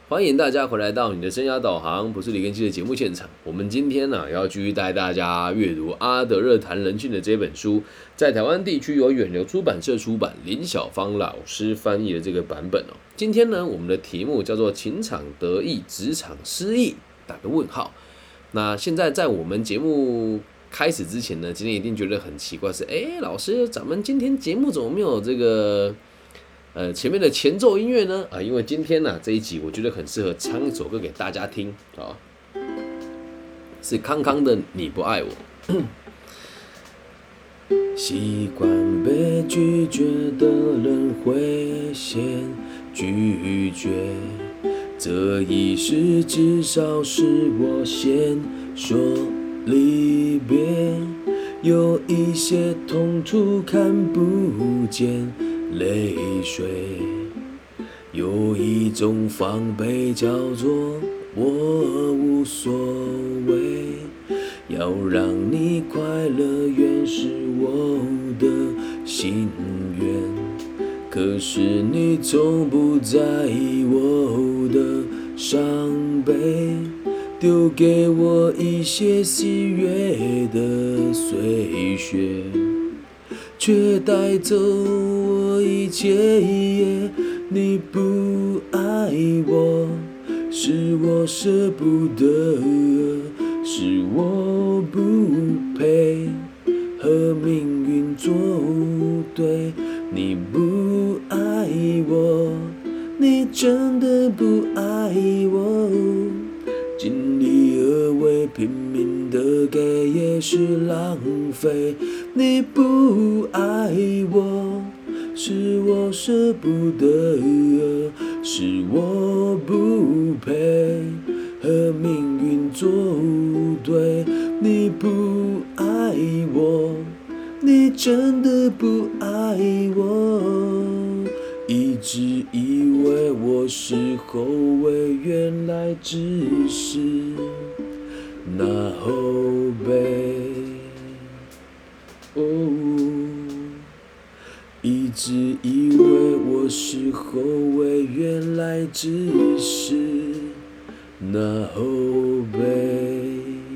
欢迎大家回来到你的生涯导航，不是李根基的节目现场。我们今天呢、要继续带大家阅读阿德勒谈人性的这本书，在台湾地区由远流出版社出版，林小芳老师翻译的这个版本哦。今天呢，我们的题目叫做情场得意，职场失意，打个问号。那现在在我们节目开始之前呢，今天一定觉得很奇怪是，老师，咱们今天节目怎么没有这个前面的前奏音乐呢？因为今天呢、这一集我觉得很适合唱一首歌给大家听啊，是康康的《你不爱我》。习惯被拒绝的人会先拒绝，这一世至少是我先说离别，有一些痛楚看不见泪水，有一种防备叫做我无所谓，要让你快乐原是我的心愿，可是你从不在意我的伤悲，丢给我一些喜悦的碎屑，却带走我一切。你不爱我，是我舍不得，是我不配和命运作对。你不爱我，你真的不爱我，尽力而为，拼命的给也是浪费。你不爱我，是我舍不得，是我不配和命运作对。你不爱我，你真的不爱我，一直以为我是后卫，原来只是那后备。一直以为我是后卫，原来只是那后备。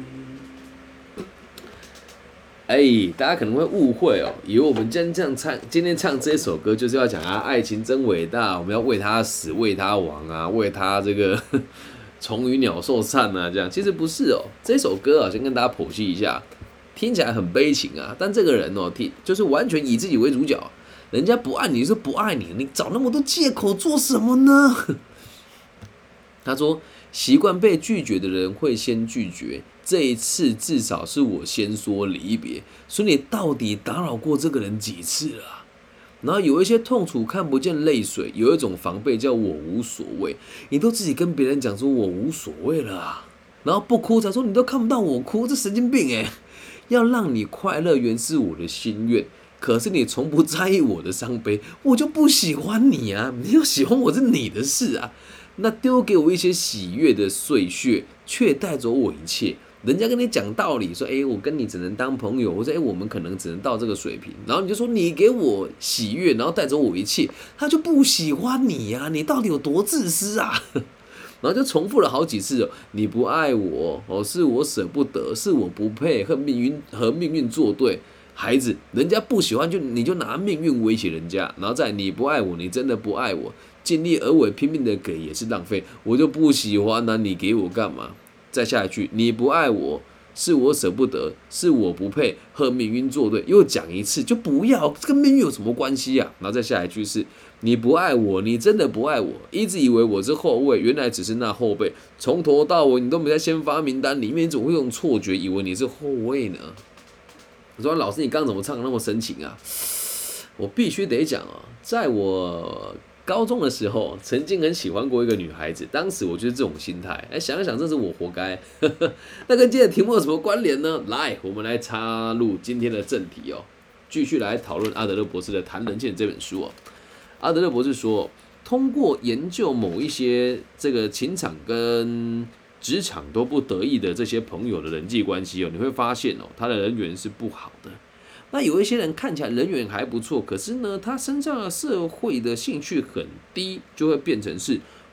大家可能会误会哦，以为我们今天唱这首歌就是要讲爱情真伟大，我们要为他死，为他亡啊，为他这个虫鱼鸟兽散啊，这样其实不是哦。这首歌先跟大家剖析一下，听起来很悲情啊，但这个人哦，就是完全以自己为主角。人家不爱你是不爱你，你找那么多借口做什么呢？他说，习惯被拒绝的人会先拒绝，这一次至少是我先说离别。所以你到底打扰过这个人几次了啊？然后有一些痛楚看不见泪水，有一种防备叫我无所谓。你都自己跟别人讲说我无所谓了啊，然后不哭才说你都看不到我哭，这神经病要让你快乐原是我的心愿，可是你从不在意我的伤悲，我就不喜欢你啊！你要喜欢我是你的事啊。那丢给我一些喜悦的碎屑，却带走我一切。人家跟你讲道理说，我跟你只能当朋友，或者我们可能只能到这个水平，然后你就说你给我喜悦，然后带走我一切，他就不喜欢你啊！你到底有多自私啊？然后就重复了好几次你不爱我是我舍不得，是我不配和命运作对。孩子，人家不喜欢你就拿命运威胁人家，然后再你不爱我，你真的不爱我，尽力而为拼命的给也是浪费，我就不喜欢啊，你给我干嘛？再下一句，你不爱我，是我舍不得，是我不配和命运作对，又讲一次就不要，跟命运有什么关系啊？然后再下一句是你不爱我，你真的不爱我，一直以为我是后卫，原来只是那后辈，从头到尾你都没在先发名单里面，你怎么会用错觉以为你是后卫呢？我说老师，你刚刚怎么唱得那么深情啊？我必须得讲在我高中的时候，曾经很喜欢过一个女孩子，当时我就是这种心态。想一想，这是我活该。那跟今天的题目有什么关联呢？来，我们来插入今天的正题继续来讨论阿德勒博士的《谈人性》这本书阿德勒博士说，通过研究某一些这个情场跟职场都不得意的这些朋友的人际关系你会发现他的人缘是不好的。那有一些人看起来人缘还不错，可是呢，他身上的社会的兴趣很低，就会变成是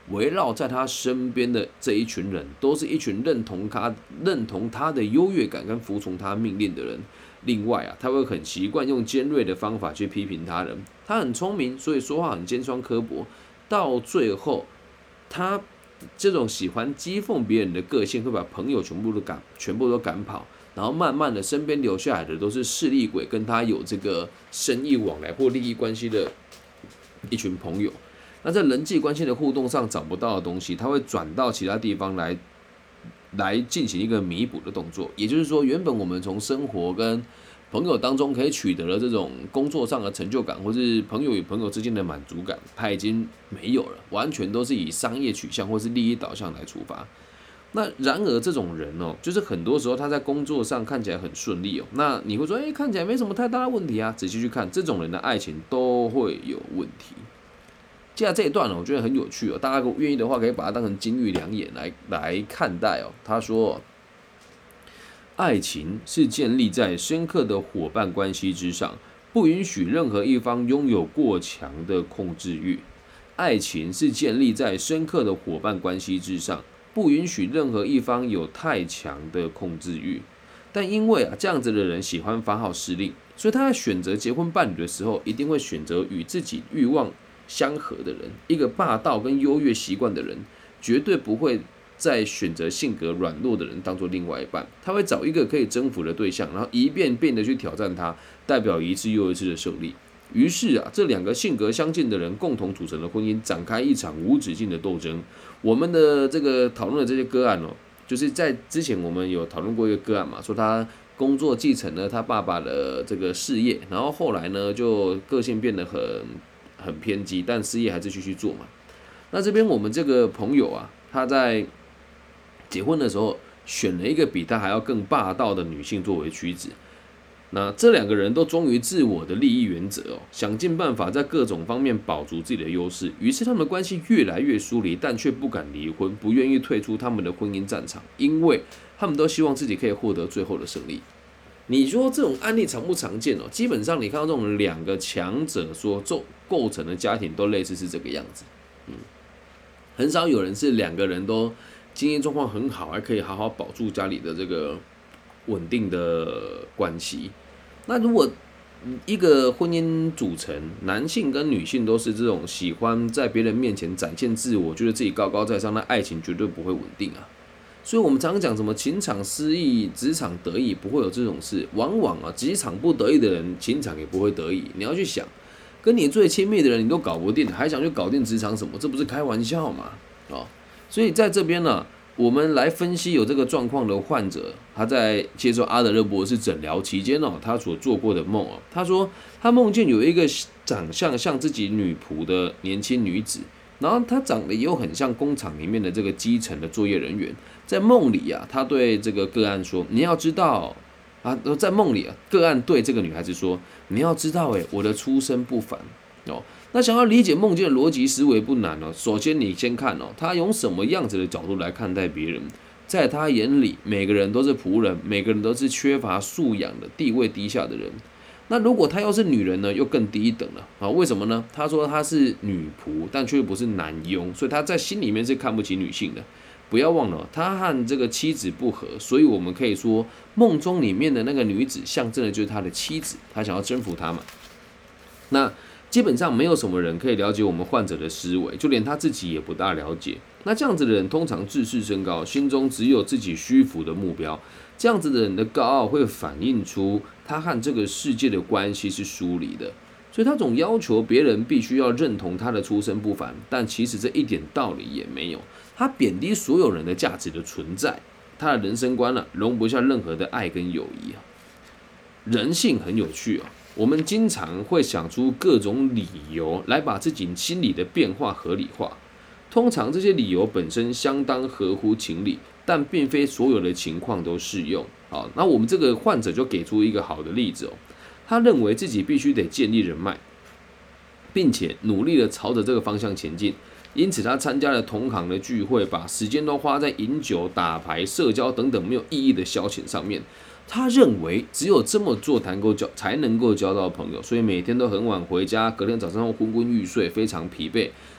围绕在他身边的这一群人，都是一群认同他的优越感跟服从他命令的人。另外啊，他会很习惯用尖锐的方法去批评他人。他很聪明，所以说话很尖酸刻薄。到最后，他这种喜欢讥讽别人的个性，会把朋友全部都赶跑。然后慢慢的，身边留下来的都是势利鬼，跟他有这个生意往来或利益关系的一群朋友。那在人际关系的互动上找不到的东西，他会转到其他地方来进行一个弥补的动作。也就是说，原本我们从生活跟朋友当中可以取得了这种工作上的成就感，或是朋友与朋友之间的满足感，他已经没有了，完全都是以商业取向或是利益导向来出发。那然而这种人哦，就是很多时候他在工作上看起来很顺利哦，那你会说，看起来没什么太大的问题啊。仔细去看，这种人的爱情都会有问题。接下来这一段呢，我觉得很有趣哦，大家如果愿意的话，可以把它当成金玉良言来看待哦。他说，爱情是建立在深刻的伙伴关系之上，不允许任何一方拥有过强的控制欲。爱情是建立在深刻的伙伴关系之上，不允许任何一方有太强的控制欲。但因为这样子的人喜欢发号施令，所以他在选择结婚伴侣的时候，一定会选择与自己欲望相合的人，一个霸道跟优越习惯的人，绝对不会再选择性格软弱的人当做另外一半。他会找一个可以征服的对象，然后一遍遍的去挑战他，代表一次又一次的胜利。于是这两个性格相近的人共同组成的婚姻，展开一场无止境的斗争。我们的这个讨论的这些个案就是在之前我们有讨论过一个个案嘛，说他工作继承了他爸爸的这个事业，然后后来呢就个性变得很偏激，但事业还是继续做嘛。那这边我们这个朋友他在结婚的时候选了一个比他还要更霸道的女性作为妻子。那这两个人都忠于自我的利益原则想尽办法在各种方面保住自己的优势，于是他们的关系越来越疏离，但却不敢离婚，不愿意退出他们的婚姻战场，因为他们都希望自己可以获得最后的胜利。你说这种案例常不常见基本上你看到这种两个强者所构成的家庭都类似是这个样子。很少有人是两个人都经济状况很好，还可以好好保住家里的这个稳定的关系。那如果一个婚姻组成，男性跟女性都是这种喜欢在别人面前展现自我，觉得自己高高在上，那爱情绝对不会稳定啊。所以我们常常讲什么情场失意，职场得意，不会有这种事。往往职场不得意的人，情场也不会得意。你要去想，跟你最亲密的人你都搞不定，还想去搞定职场什么？这不是开玩笑吗？所以在这边呢，我们来分析有这个状况的患者，他在接受阿德勒博士诊疗期间他所做过的梦他说他梦见有一个长相像自己女仆的年轻女子，然后她长得又很像工厂里面的这个基层的作业人员。在梦里他对这个个案说：“你要知道在梦里个案对这个女孩子说：你要知道，我的出身不凡那想要理解梦境的逻辑思维不难首先你先看他用什么样子的角度来看待别人。在他眼里，每个人都是仆人，每个人都是缺乏素养的、地位低下的人。那如果她又是女人呢，又更低一等了为什么呢？他说她是女仆，但却不是男佣，所以他在心里面是看不起女性的。不要忘了，他和这个妻子不和，所以我们可以说，梦中里面的那个女子象征的就是他的妻子，他想要征服她嘛。那基本上没有什么人可以了解我们患者的思维，就连他自己也不大了解。那这样子的人通常自视甚高，心中只有自己虚浮的目标。这样子的人的高傲会反映出他和这个世界的关系是疏离的，所以他总要求别人必须要认同他的出身不凡，但其实这一点道理也没有。他贬低所有人的价值的存在，他的人生观容不下任何的爱跟友谊人性很有趣我们经常会想出各种理由来把自己心理的变化合理化，通常这些理由本身相当合乎情理，但并非所有的情况都适用。好，那我们这个患者就给出一个好的例子他认为自己必须得建立人脉，并且努力的朝着这个方向前进，因此他参加了同行的聚会，把时间都花在饮酒、打牌、社交等等没有意义的消遣上面。他认为只有这么做才能够交到朋友，所以每天都很晚回家，隔天早上昏昏欲睡，非常疲惫。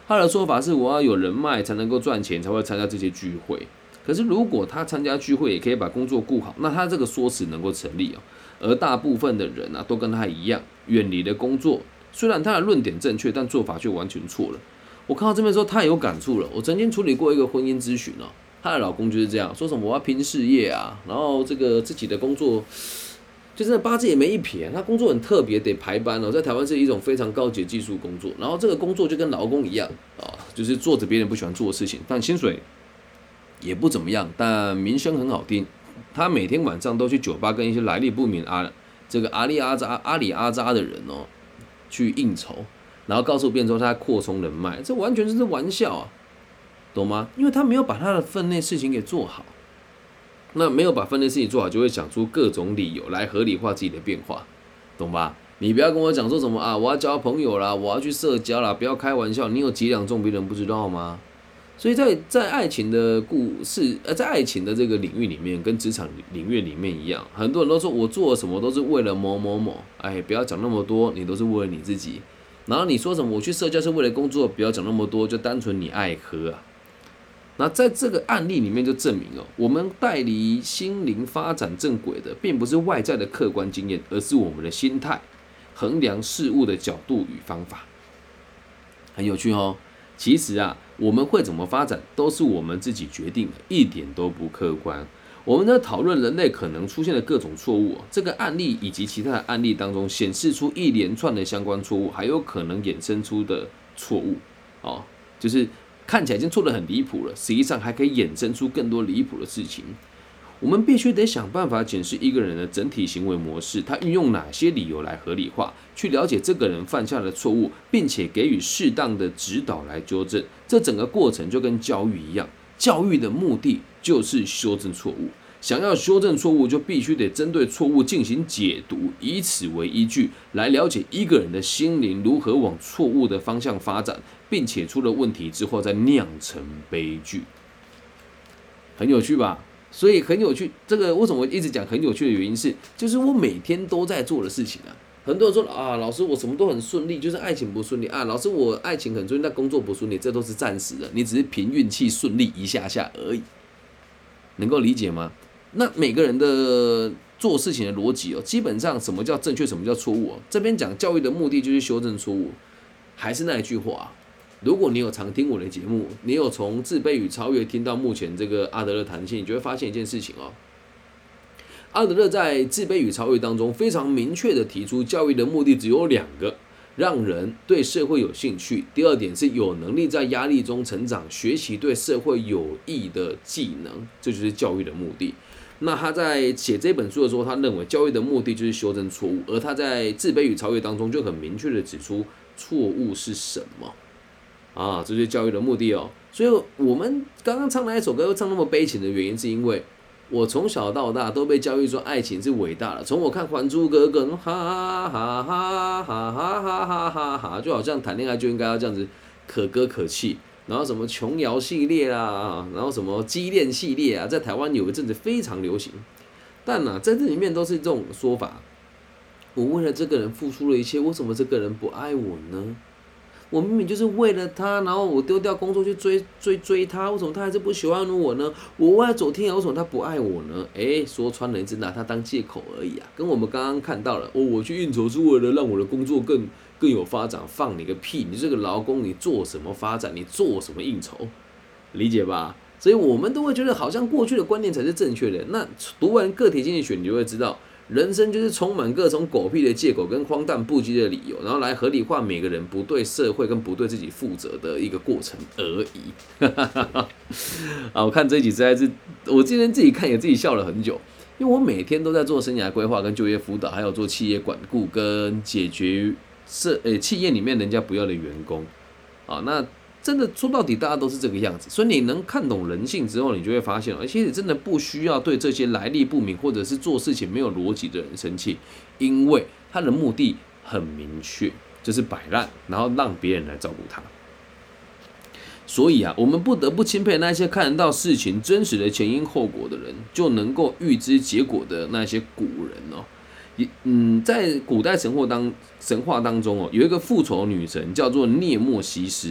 他的说法是我要有人脉才能够赚钱，才会参加这些聚会。可是如果他参加聚会也可以把工作顾好，那他这个说辞能够成立哦。而大部分的人啊，都跟他一样，远离了工作。虽然他的论点正确，但做法却完全错了。我看到这边的时候，太有感触了。我曾经处理过一个婚姻咨询哦，她的老公就是这样说什么我要拼事业啊，然后这个自己的工作就真的八字也没一撇，他工作很特别，得排班哦，在台湾是一种非常高级的技术工作，然后这个工作就跟劳工一样啊，就是做着别人不喜欢做的事情，但薪水也不怎么样，但名声很好听。他每天晚上都去酒吧跟一些来历不明这个阿里阿扎的人哦去应酬，然后告诉别人说他在扩充人脉，这完全就是玩笑啊，懂吗？因为他没有把他的分内事情给做好。那没有把分内事情做好，就会想出各种理由来合理化自己的变化，懂吧？你不要跟我讲说什么啊，我要交朋友啦，我要去社交啦，不要开玩笑，你有几两重别人不知道吗？所以在爱情的故事，在爱情的这个领域里面，跟职场领域里面一样，很多人都说我做什么都是为了某某某，哎，不要讲那么多，你都是为了你自己。然后你说什么我去社交是为了工作，不要讲那么多，就单纯你爱喝啊。那在这个案例里面就证明哦，我们带离心灵发展正轨的，并不是外在的客观经验，而是我们的心态、衡量事物的角度与方法。很有趣哦。其实啊，我们会怎么发展，都是我们自己决定的，一点都不客观。我们在讨论人类可能出现的各种错误，这个案例以及其他的案例当中，显示出一连串的相关错误，还有可能衍生出的错误哦，就是看起来已经错得很离谱了，实际上还可以衍生出更多离谱的事情。我们必须得想办法检视一个人的整体行为模式，他运用哪些理由来合理化，去了解这个人犯下的错误，并且给予适当的指导来纠正。这整个过程就跟教育一样，教育的目的就是修正错误。想要修正错误，就必须得针对错误进行解读，以此为依据来了解一个人的心灵如何往错误的方向发展，并且出了问题之后再酿成悲剧。很有趣吧？所以很有趣，这个为什么我一直讲很有趣的原因是，就是我每天都在做的事情啊。很多人说啊，老师我什么都很顺利，就是爱情不顺利啊。老师我爱情很顺利，但工作不顺利，这都是暂时的，你只是凭运气顺利一下下而已，能够理解吗？那每个人的做事情的逻辑哦，基本上什么叫正确，什么叫错误哦？这边讲教育的目的就是修正错误，还是那一句话啊。如果你有常听我的节目，你有从自卑与超越听到目前这个阿德勒谈性，你就会发现一件事情哦。阿德勒在自卑与超越当中非常明确的提出，教育的目的只有两个：让人对社会有兴趣；第二点是有能力在压力中成长，学习对社会有益的技能，这就是教育的目的。那他在写这本书的时候，他认为教育的目的就是修正错误，而他在自卑与超越当中就很明确的指出错误是什么。啊，这就是教育的目的哦。所以我们刚刚唱那一首歌又唱那么悲情的原因，是因为我从小到大都被教育说爱情是伟大的。从我看《还珠格格》，哈哈哈哈哈哈哈哈哈，就好像谈恋爱就应该要这样子可歌可泣。然后什么琼瑶系列啦，然后什么激恋系列啊，在台湾有一阵子非常流行。但啊，在这里面都是这种说法：我为了这个人付出了一切，为什么这个人不爱我呢？我明明就是为了他，然后我丢掉工作去追他，为什么他还是不喜欢我呢？我为了走天涯，为什么他不爱我呢？说穿了，你只拿他当借口而已啊！跟我们刚刚看到了，我去应酬是为了让我的工作更有发展，放你个屁！你这个劳工，你做什么发展？你做什么应酬？理解吧？所以我们都会觉得好像过去的观念才是正确的。那读完个体经济学，你就会知道。人生就是充满各种狗屁的借口跟荒诞不羁的理由，然后来合理化每个人不对社会跟不对自己负责的一个过程而已。啊，我看这一集实在是，我今天自己看也自己笑了很久，因为我每天都在做生涯规划跟就业辅导，还有做企业管顾跟解决企业里面人家不要的员工。啊，那真的说到底，大家都是这个样子，所以你能看懂人性之后，你就会发现，其实真的不需要对这些来历不明或者是做事情没有逻辑的人生气，因为他的目的很明确，就是摆烂，然后让别人来照顾他。所以啊，我们不得不钦佩那些看得到事情真实的前因后果的人，就能够预知结果的那些古人哦。在古代神话当中哦，有一个复仇女神叫做涅墨西斯。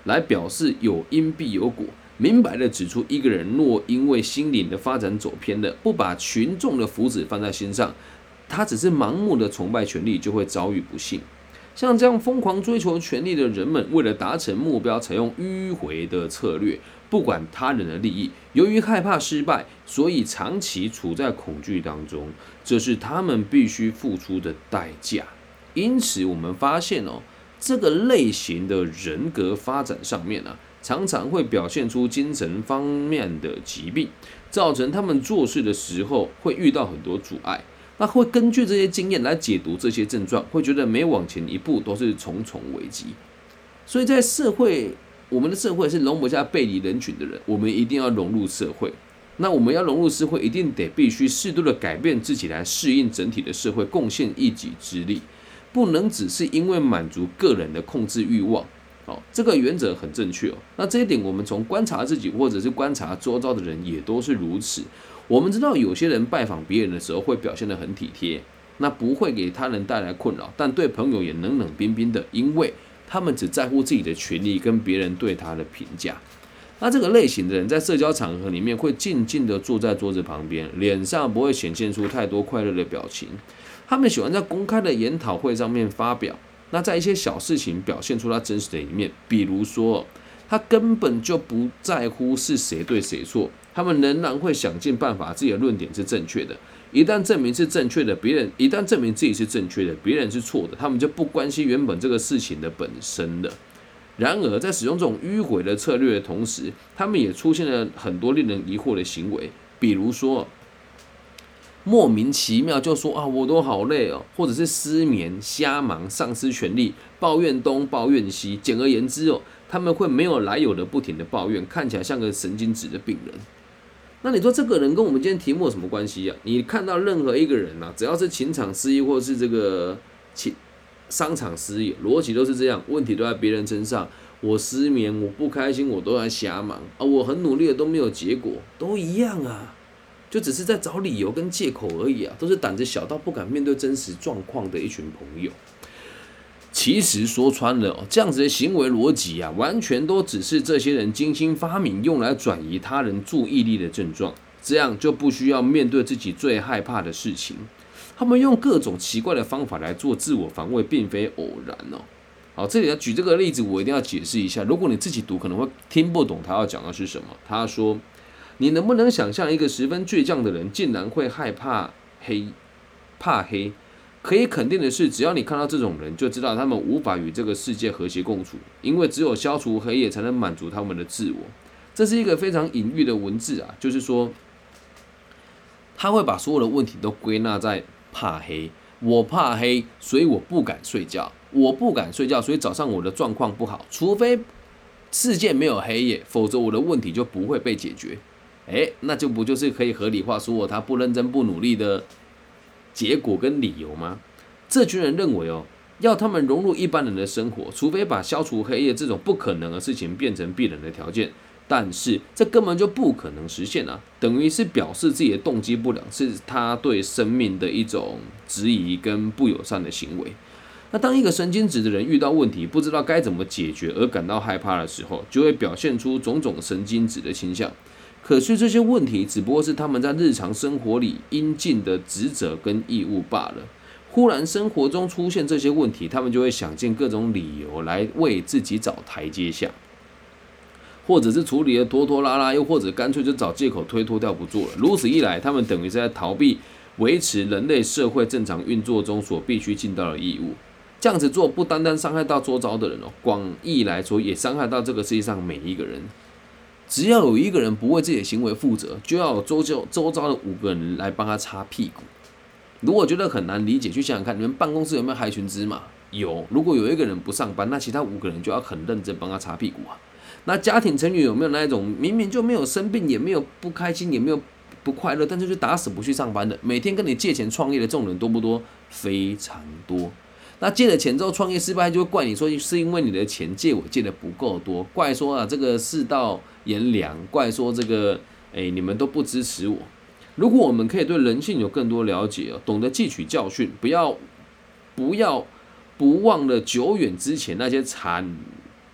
来表示有因必有果，明白的指出一个人若因为心灵的发展走偏了，不把群众的福祉放在心上，他只是盲目的崇拜权力，就会遭遇不幸。像这样疯狂追求权力的人们，为了达成目标，采用迂回的策略，不管他人的利益。由于害怕失败，所以长期处在恐惧当中，这是他们必须付出的代价。因此，我们发现这个类型的人格发展上面常常会表现出精神方面的疾病，造成他们做事的时候会遇到很多阻碍。那会根据这些经验来解读这些症状，会觉得每往前一步都是重重危机。所以在社会，我们的社会是容不下背离人群的人，我们一定要融入社会。那我们要融入社会，一定必须适度的改变自己来适应整体的社会，贡献一己之力，不能只是因为满足个人的控制欲望。这个原则很正确。那这一点我们从观察自己或者是观察周遭的人也都是如此。我们知道有些人拜访别人的时候会表现得很体贴，那不会给他人带来困扰，但对朋友也冷冷冰冰的，因为他们只在乎自己的权利跟别人对他的评价。那这个类型的人在社交场合里面会静静的坐在桌子旁边，脸上不会显现出太多快乐的表情。他们喜欢在公开的研讨会上面发表，那在一些小事情表现出他真实的一面，比如说他根本就不在乎是谁对谁错，他们仍然会想尽办法自己的论点是正确的。一旦证明是正确的，一旦证明自己是正确的，别人是错的，他们就不关心原本这个事情的本身了。然而，在使用这种迂回的策略的同时，他们也出现了很多令人疑惑的行为，比如说莫名其妙就说我都好累或者是失眠、瞎忙、丧失权力、抱怨东抱怨西。简而言之他们会没有来由的不停的抱怨，看起来像个神经质的病人。那你说这个人跟我们今天题目有什么关系啊？你看到任何一个人只要是情场失意或是这个商场失意，逻辑都是这样，问题都在别人身上。我失眠，我不开心，我都在瞎忙我很努力的都没有结果，都一样就只是在找理由跟借口而已都是胆子小到不敢面对真实状况的一群朋友。其实说穿了这样子的行为逻辑完全都只是这些人精心发明用来转移他人注意力的症状，这样就不需要面对自己最害怕的事情。他们用各种奇怪的方法来做自我防卫，并非偶然好，这里要举这个例子，我一定要解释一下，如果你自己读可能会听不懂他要讲的是什么。他说，你能不能想象一个十分倔强的人竟然会害怕黑？可以肯定的是，只要你看到这种人，就知道他们无法与这个世界和谐共处，因为只有消除黑夜才能满足他们的自我。这是一个非常隐喻的文字就是说他会把所有的问题都归纳在怕黑。我怕黑，所以我不敢睡觉。我不敢睡觉，所以早上我的状况不好。除非世界没有黑夜，否则我的问题就不会被解决。那就不就是可以合理化说他不认真不努力的结果跟理由吗？这群人认为要他们融入一般人的生活，除非把消除黑夜这种不可能的事情变成必然的条件，但是这根本就不可能实现等于是表示自己的动机不良，是他对生命的一种质疑跟不友善的行为。那当一个神经质的人遇到问题，不知道该怎么解决而感到害怕的时候，就会表现出种种神经质的倾向。可是这些问题只不过是他们在日常生活里应尽的职责跟义务罢了。忽然生活中出现这些问题，他们就会想尽各种理由来为自己找台阶下，或者是处理的拖拖拉拉，又或者干脆就找借口推脱掉不做了。如此一来，他们等于是在逃避维持人类社会正常运作中所必须尽到的义务。这样子做不单单伤害到周遭的人广义来说也伤害到这个世界上每一个人。只要有一个人不为自己的行为负责，就要有周遭的5个人来帮他擦屁股。如果觉得很难理解，去想想看，你们办公室有没有害群之马？有。如果有一个人不上班，那其他5个人就要很认真帮他擦屁股那家庭成员有没有那一种明明就没有生病，也没有不开心，也没有不快乐，但是就打死不去上班的，每天跟你借钱创业的这种人多不多？非常多。那借了钱之后创业失败，就会怪你说是因为你的钱借我借的不够多，怪说这个世道炎凉，怪说这个你们都不支持我。如果我们可以对人性有更多了解懂得汲取教训，不忘了久远之前那些惨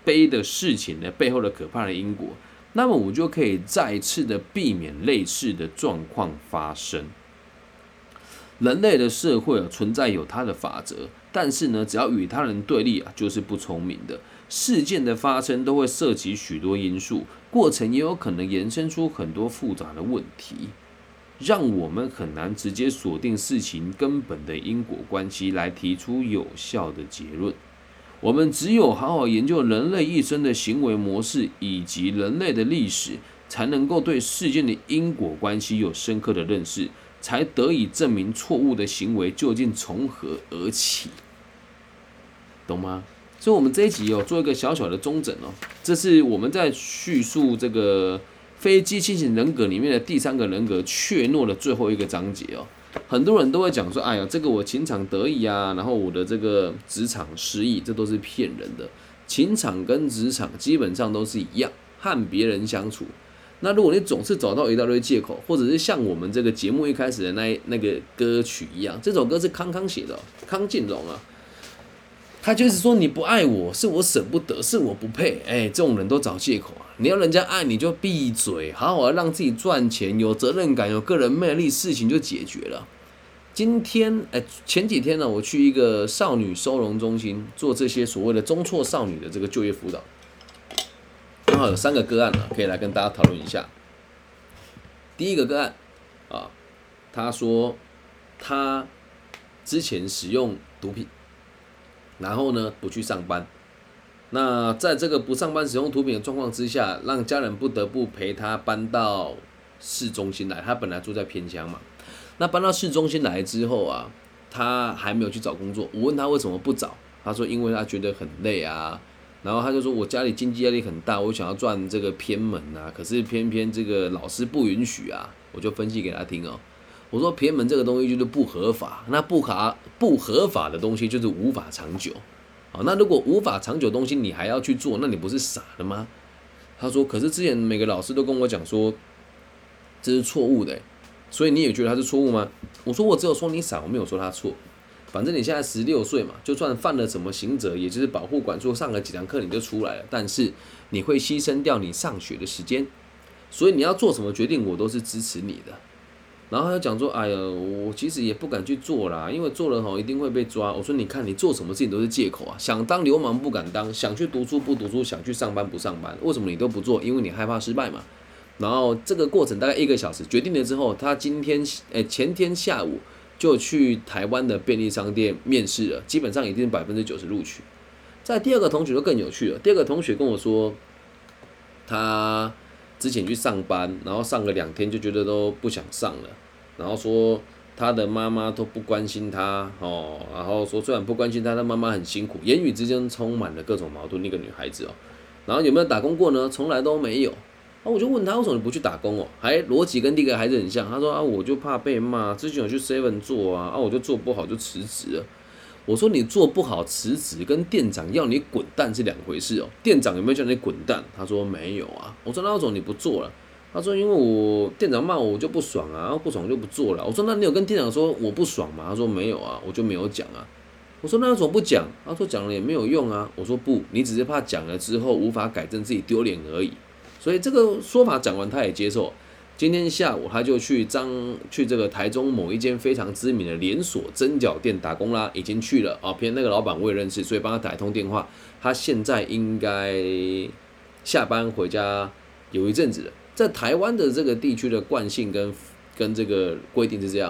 悲的事情的背后的可怕的因果，那么我就可以再次的避免类似的状况发生。人类的社会存在有它的法则，但是呢，只要与他人对立就是不聪明的。事件的发生都会涉及许多因素，过程也有可能延伸出很多复杂的问题，让我们很难直接锁定事情根本的因果关系来提出有效的结论。我们只有好好研究人类一生的行为模式以及人类的历史，才能够对事件的因果关系有深刻的认识，才得以证明错误的行为究竟从何而起，懂吗？所以我们这一集做一个小小的中整这是我们在叙述这个非机器型人格里面的第3个人格怯懦的最后一个章节很多人都会讲说，哎呀，这个我情场得意然后我的这个职场失意，这都是骗人的。情场跟职场基本上都是一样，和别人相处。那如果你总是找到一大堆借口，或者是像我们这个节目一开始的那个歌曲一样，这首歌是康康写的康靖荣他就是说你不爱我，是我舍不得，是我不配。这种人都找借口你要人家爱你就闭嘴，好好的让自己赚钱，有责任感，有个人魅力，事情就解决了。前几天呢，我去一个少女收容中心做这些所谓的中辍少女的这个就业辅导，刚好有3个个案可以来跟大家讨论一下。第一个个案他说他之前使用毒品。然后呢，不去上班。那在这个不上班使用毒品的状况之下，让家人不得不陪他搬到市中心来。他本来住在偏乡嘛，那搬到市中心来之后他还没有去找工作。我问他为什么不找，他说因为他觉得很累然后他就说我家里经济压力很大，我想要赚这个偏门可是偏偏这个老师不允许我就分析给他听我说偏门这个东西就是不合法，那不合法的东西就是无法长久那如果无法长久的东西你还要去做，那你不是傻了吗？他说可是之前每个老师都跟我讲说这是错误的所以你也觉得他是错误吗？我说我只有说你傻，我没有说他错。反正你现在16岁嘛，就算犯了什么刑责，也就是保护管束上了几堂课你就出来了，但是你会牺牲掉你上学的时间，所以你要做什么决定我都是支持你的。然后他就讲说，哎呀，我其实也不敢去做啦，因为做了一定会被抓。我说你看你做什么事情都是借口想当流氓不敢当，想去读书不读书，想去上班不上班，为什么你都不做？因为你害怕失败嘛。然后这个过程大概1个小时，决定了之后，他前天下午就去台湾的便利商店面试了，基本上已经90%录取。在第2个同学就更有趣了，第2个同学跟我说，他之前去上班，然后上了2天就觉得都不想上了，然后说他的妈妈都不关心他然后说虽然不关心他，他妈妈很辛苦，言语之间充满了各种矛盾。那个女孩子然后有没有打工过呢？从来都没有。我就问他为什么你不去打工还逻辑跟第1个孩子很像。他说我就怕被骂，之前有去 7 做我就做不好就辞职了。我说你做不好辞职跟店长要你滚蛋是2回事店长有没有叫你滚蛋？他说没有我说那为什么你不做了？他说因为我店长骂我就不爽不爽就不做了。我说那你有跟店长说我不爽吗？他说没有我就没有讲我说那为什么不讲？他说讲了也没有用我说不，你只是怕讲了之后无法改正自己丢脸而已。所以这个说法讲完他也接受。今天下午他就去这个台中某一间非常知名的连锁蒸饺店打工啦，已经去了偏那个老板我也认识，所以帮他打一通电话。他现在应该下班回家有一阵子了。在台湾的这个地区的惯性跟这个规定是这样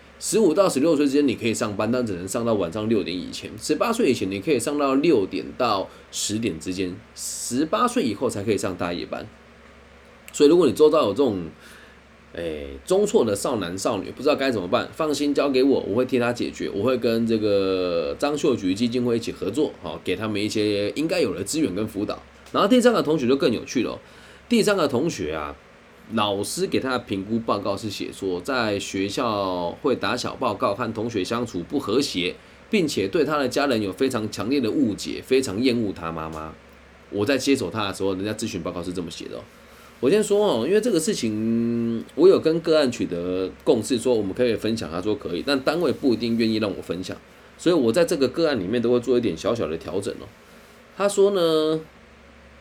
15到16岁之间你可以上班，但只能上到晚上6点以前。18岁以前你可以上到6点到10点之间，18岁以后才可以上大夜班。所以如果你周遭有这种中辍的少男少女不知道该怎么办，放心交给我，我会替他解决。我会跟这个张秀菊基金会一起合作给他们一些应该有的资源跟辅导。然后第3个同学就更有趣了第3个同学老师给他的评估报告是写说，在学校会打小报告，和同学相处不和谐，并且对他的家人有非常强烈的误解，非常厌恶他妈妈。我在接手他的时候，人家咨询报告是这么写的我先说因为这个事情我有跟个案取得共识，说我们可以分享，他说可以，但单位不一定愿意让我分享，所以我在这个个案里面都会做一点小小的调整他说呢，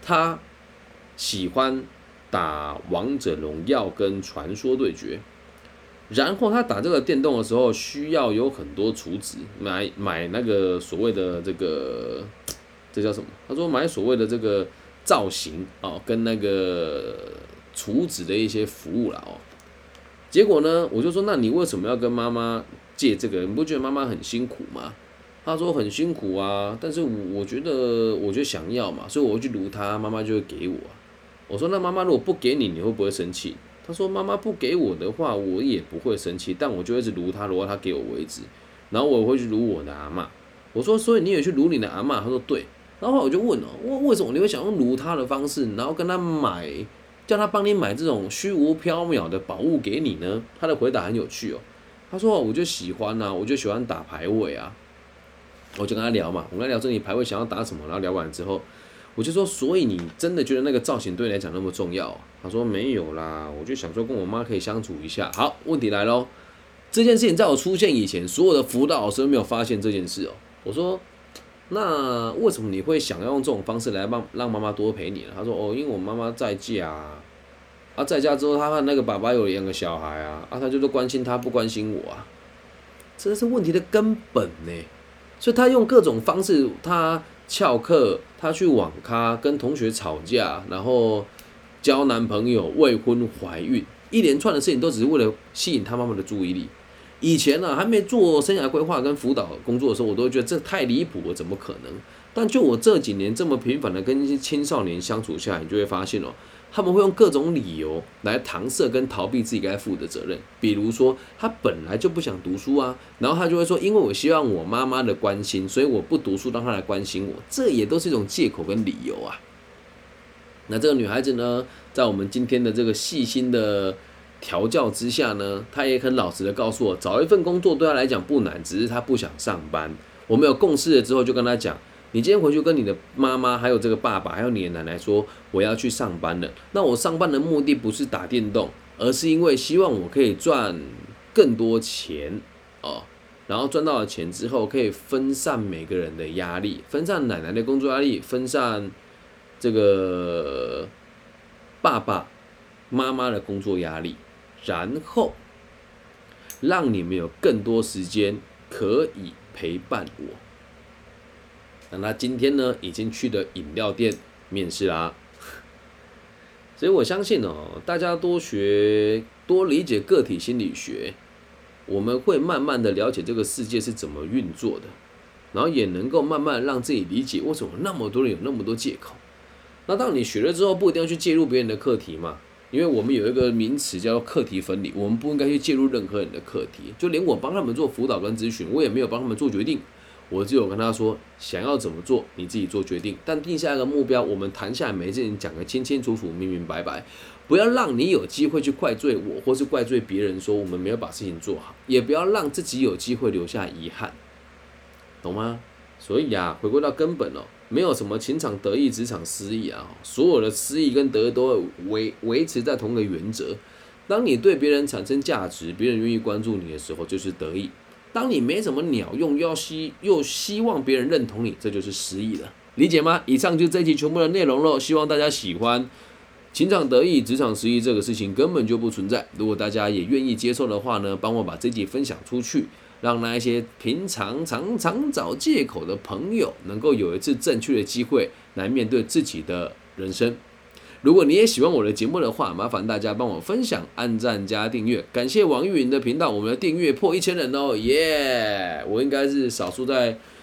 他喜欢打王者荣耀跟传说对决，然后他打这个电动的时候需要有很多储值，买那个所谓的这叫什么？他说买所谓的这个造型哦，跟那个储值的一些服务啦哦。结果呢，我就说，那你为什么要跟妈妈借这个？你不觉得妈妈很辛苦吗？他说很辛苦啊，但是我觉得我就想要嘛，所以我会去撸他，妈妈就会给我啊。我说那妈妈如果不给你，你会不会生气？他说妈妈不给我的话，我也不会生气，但我就一直撸他，撸到他给我为止。然后我会去撸我的阿嬷。我说所以你也去撸你的阿嬷？他说对。然后后来我就问哦，为什么你会想用撸他的方式，然后跟他叫他帮你买这种虚无缥缈的宝物给你呢？他的回答很有趣哦。他说我就喜欢啊，我就喜欢打排位啊。我就跟他聊嘛，我跟他聊说你排位想要打什么，然后聊完之后，我就说，所以你真的觉得那个造型对你来讲那么重要？他说没有啦，我就想说跟我妈可以相处一下。好，问题来咯，这件事情在我出现以前，所有的辅导老师都没有发现这件事哦。我说，那为什么你会想要用这种方式来让妈妈多陪你呢？他说哦，因为我妈妈在家啊，在家之后，他和那个爸爸有2个小孩啊，他就都关心他，不关心我啊，这是问题的根本呢。所以他用各种方式，他翘课，他去网咖跟同学吵架，然后交男朋友、未婚、怀孕，一连串的事情都只是为了吸引他妈妈的注意力。以前呢、还没做生涯规划跟辅导工作的时候，我都会觉得这太离谱了，怎么可能？但就我这几年这么频繁的跟一些青少年相处下来，你就会发现哦，他们会用各种理由来搪塞跟逃避自己该负的责任。比如说，他本来就不想读书啊，然后他就会说，因为我希望我妈妈的关心，所以我不读书，让她来关心我。这也都是一种借口跟理由啊。那这个女孩子呢，在我们今天的这个细心的调教之下呢，她也很老实的告诉我，找一份工作对她来讲不难，只是她不想上班。我们有共识了之后，就跟她讲，你今天回去跟你的妈妈，还有这个爸爸，还有你的奶奶说，我要去上班了。那我上班的目的不是打电动，而是因为希望我可以赚更多钱哦。然后赚到了钱之后，可以分散每个人的压力，分散奶奶的工作压力，分散这个爸爸妈妈的工作压力，然后让你们有更多时间可以陪伴我。那他今天呢，已经去了饮料店面试啦。所以我相信哦，大家多学、多理解个体心理学，我们会慢慢的了解这个世界是怎么运作的，然后也能够慢慢让自己理解为什么那么多人有那么多借口。那当你学了之后，不一定要去介入别人的课题嘛，因为我们有一个名词叫做课题分离，我们不应该去介入任何人的课题，就连我帮他们做辅导跟咨询，我也没有帮他们做决定。我只有跟他说，想要怎么做，你自己做决定。但定下一个目标，我们谈下来每一件事情讲个清清楚楚、明明白白，不要让你有机会去怪罪我，或是怪罪别人说我们没有把事情做好，也不要让自己有机会留下遗憾，懂吗？所以啊，回归到根本哦，没有什么情场得意、职场失意啊，所有的失意跟得意都会维持在同一个原则。当你对别人产生价值，别人愿意关注你的时候，就是得意。当你没什么鸟用，又希望别人认同你，这就是失意了，理解吗？以上就是这一期全部的内容了，希望大家喜欢。情场得意，职场失意这个事情根本就不存在。如果大家也愿意接受的话呢，帮我把这集分享出去，让那一些平常常找借口的朋友，能够有一次正确的机会来面对自己的人生。如果你也喜欢我的节目的话，麻烦大家帮我分享、按赞加订阅。感谢网易云的频道，我们的订阅破1000人哦，耶！我应该是少数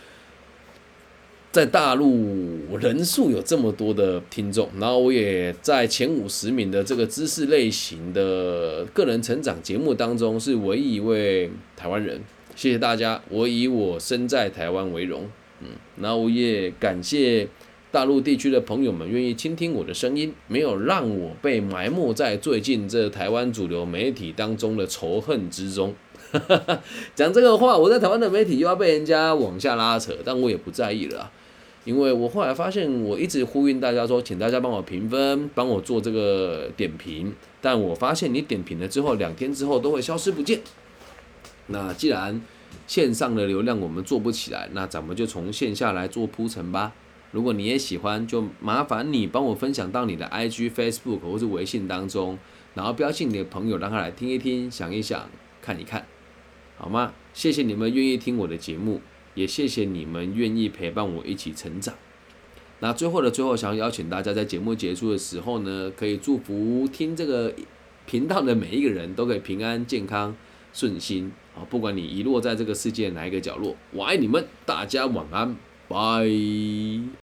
在大陆人数有这么多的听众，然后我也在前50名的这个知识类型的个人成长节目当中是唯一一位台湾人，谢谢大家，我以我身在台湾为荣。然后我也感谢大陆地区的朋友们愿意倾听我的声音，没有让我被埋没在最近这台湾主流媒体当中的仇恨之中。讲这个话，我在台湾的媒体又要被人家往下拉扯，但我也不在意了啊，因为我后来发现，我一直呼吁大家说，请大家帮我评分，帮我做这个点评，但我发现你点评了之后，2天之后都会消失不见。那既然线上的流量我们做不起来，那咱们就从线下来做铺陈吧。 如果你也喜欢，就麻烦你帮我分享到你的 IG、Facebook 或是微信当中，然后标记你的朋友，让他来听一听、想一想、看一看，好吗？谢谢你们愿意听我的节目，也谢谢你们愿意陪伴我一起成长。那最后的最后，想要邀请大家在节目结束的时候呢，可以祝福听这个频道的每一个人都可以平安、健康、顺心啊！不管你遗落在这个世界哪一个角落，我爱你们，大家晚安，拜。